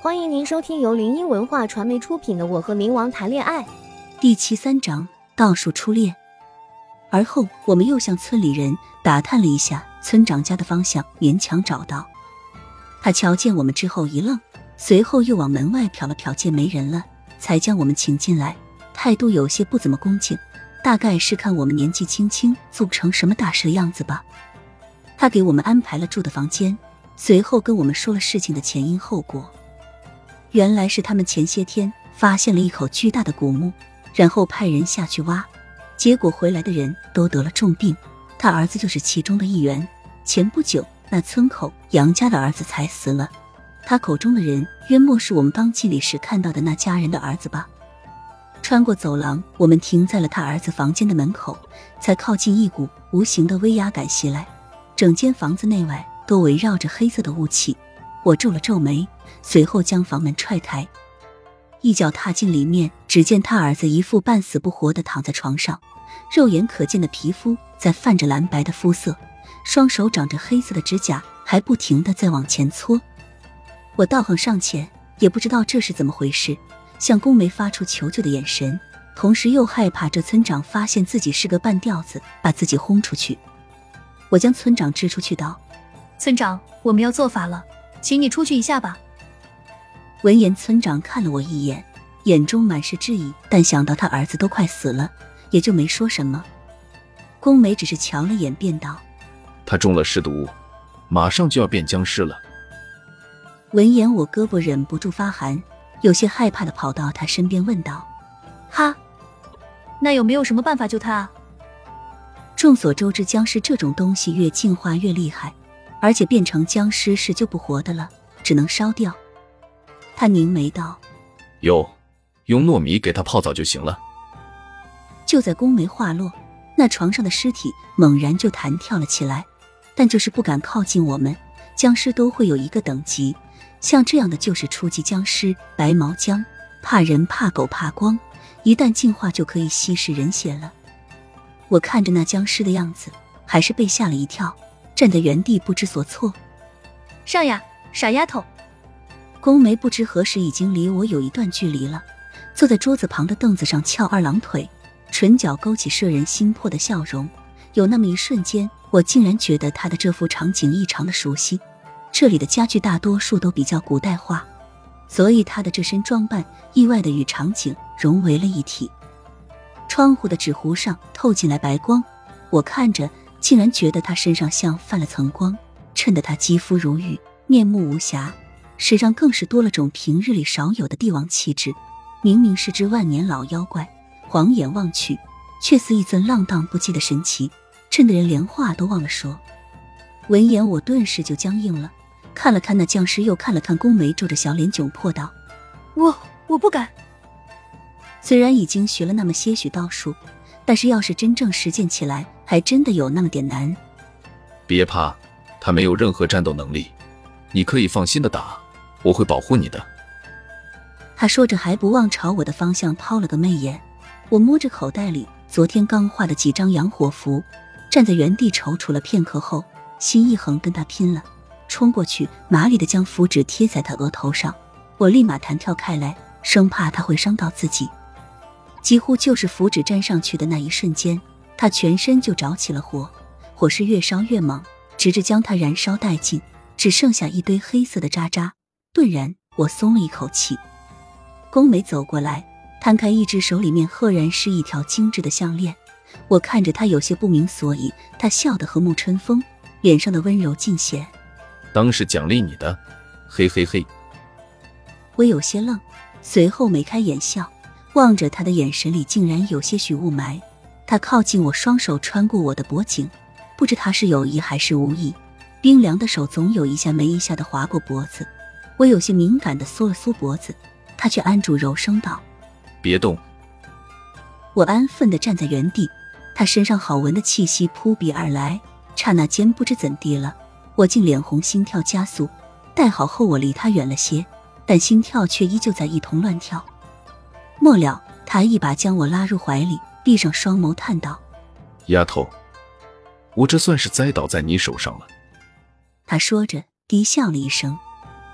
欢迎您收听由林音文化传媒出品的《我和冥王谈恋爱》 第73章倒数初恋。而后我们又向村里人打探了一下村长家的方向，勉强找到。他瞧见我们之后一愣，随后又往门外瞟了瞟，见没人了，才将我们请进来，态度有些不怎么恭敬，大概是看我们年纪轻轻做不成什么大事的样子吧。他给我们安排了住的房间，随后跟我们说了事情的前因后果。原来是他们前些天发现了一口巨大的古墓，然后派人下去挖，结果回来的人都得了重病，他儿子就是其中的一员。前不久那村口杨家的儿子才死了，他口中的人约莫是我们刚进里时看到的那家人的儿子吧。穿过走廊，我们停在了他儿子房间的门口，才靠近，一股无形的威压感袭来，整间房子内外都围绕着黑色的雾气。我皱了皱眉，随后将房门踹开，一脚踏进里面，只见他儿子一副半死不活地躺在床上，肉眼可见的皮肤在泛着蓝白的肤色，双手长着黑色的指甲，还不停地在往前搓。我道行上前，也不知道这是怎么回事，向宫梅发出求救的眼神，同时又害怕这村长发现自己是个半吊子，把自己轰出去。我将村长支出去道： 村长，我们要做法了，请你出去一下吧。 闻言，村长看了我一眼，眼中满是质疑，但想到他儿子都快死了，也就没说什么。宫梅只是瞧了眼便道： 他中了尸毒，马上就要变僵尸了。 闻言，我胳膊忍不住发寒，有些害怕地跑到他身边问道： 哈，那有没有什么办法救他啊？ 众所周知，僵尸这种东西越进化越厉害，而且变成僵尸是救不活的了，只能烧掉。他凝眉道： 用糯米给他泡澡就行了。 就在宫梅话落，那床上的尸体猛然就弹跳了起来，但就是不敢靠近我们。僵尸都会有一个等级，像这样的就是初级僵尸，白毛僵，怕人怕狗怕光，一旦进化就可以吸食人血了。我看着那僵尸的样子，还是被吓了一跳，站在原地不知所措。 上呀，傻丫头！ 宫梅不知何时已经离我有一段距离了，坐在桌子旁的凳子上翘二郎腿，唇角勾起摄人心魄的笑容。有那么一瞬间，我竟然觉得他的这幅场景异常的熟悉。这里的家具大多数都比较古代化，所以他的这身装扮意外的与场景融为了一体。窗户的纸糊上透进来白光，我看着竟然觉得他身上像泛了层光，衬得他肌肤如玉，面目无瑕，身上更是多了种平日里少有的帝王气质。明明是只万年老妖怪，晃眼望去却似一尊浪荡不羁的神奇，衬得人连话都忘了说。闻言我顿时就僵硬了，看了看那僵尸，又看了看宫梅，皱着小脸窘迫道： 我不敢。 虽然已经学了那么些许道术，但是要是真正实践起来，还真的有那么点难。 别怕，他没有任何战斗能力，你可以放心的打，我会保护你的。 他说着还不忘朝我的方向抛了个媚眼。我摸着口袋里昨天刚画的几张洋火符，站在原地踌躇了片刻后，心一横跟他拼了，冲过去麻利地将符纸贴在他额头上。我立马弹跳开来，生怕他会伤到自己。几乎就是符纸粘上去的那一瞬间，他全身就着起了火，火势越烧越猛，直至将它燃烧殆尽，只剩下一堆黑色的渣渣。顿然我松了一口气。宫梅走过来，摊开一只手，里面赫然是一条精致的项链。我看着他有些不明所以，他笑得和沐春风，脸上的温柔尽显。 当是奖励你的，嘿嘿嘿。 我有些愣，随后眉开眼笑，望着他的眼神里竟然有些许雾霾。他靠近我，双手穿过我的脖颈，不知他是有意还是无意，冰凉的手总有一下没一下地划过脖子。我有些敏感地缩了缩脖子，他却按住，柔声道： 别动。 我安分地站在原地，他身上好闻的气息扑鼻而来，刹那间不知怎地了，我竟脸红，心跳加速。戴好后我离他远了些，但心跳却依旧在一同乱跳。末了他一把将我拉入怀里，闭上双眸叹道： 丫头，我这算是栽倒在你手上了。 他说着低笑了一声。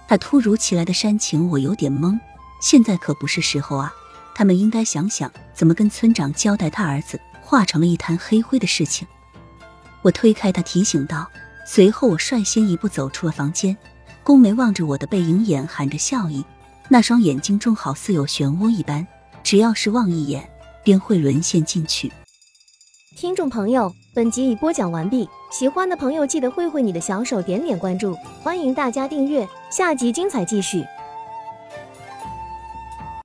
他突如其来的煽情，我有点懵。现在可不是时候啊，他们应该想想怎么跟村长交代他儿子化成了一滩黑灰的事情。我推开他提醒道，随后我率先一步走出了房间。宫梅望着我的背影，眼含着笑意，那双眼睛中好似有漩涡一般，只要是望一眼便会沦陷进去。 听众朋友，本集已播讲完毕，喜欢的朋友记得挥挥你的小手，点点关注，欢迎大家订阅，下集精彩继续。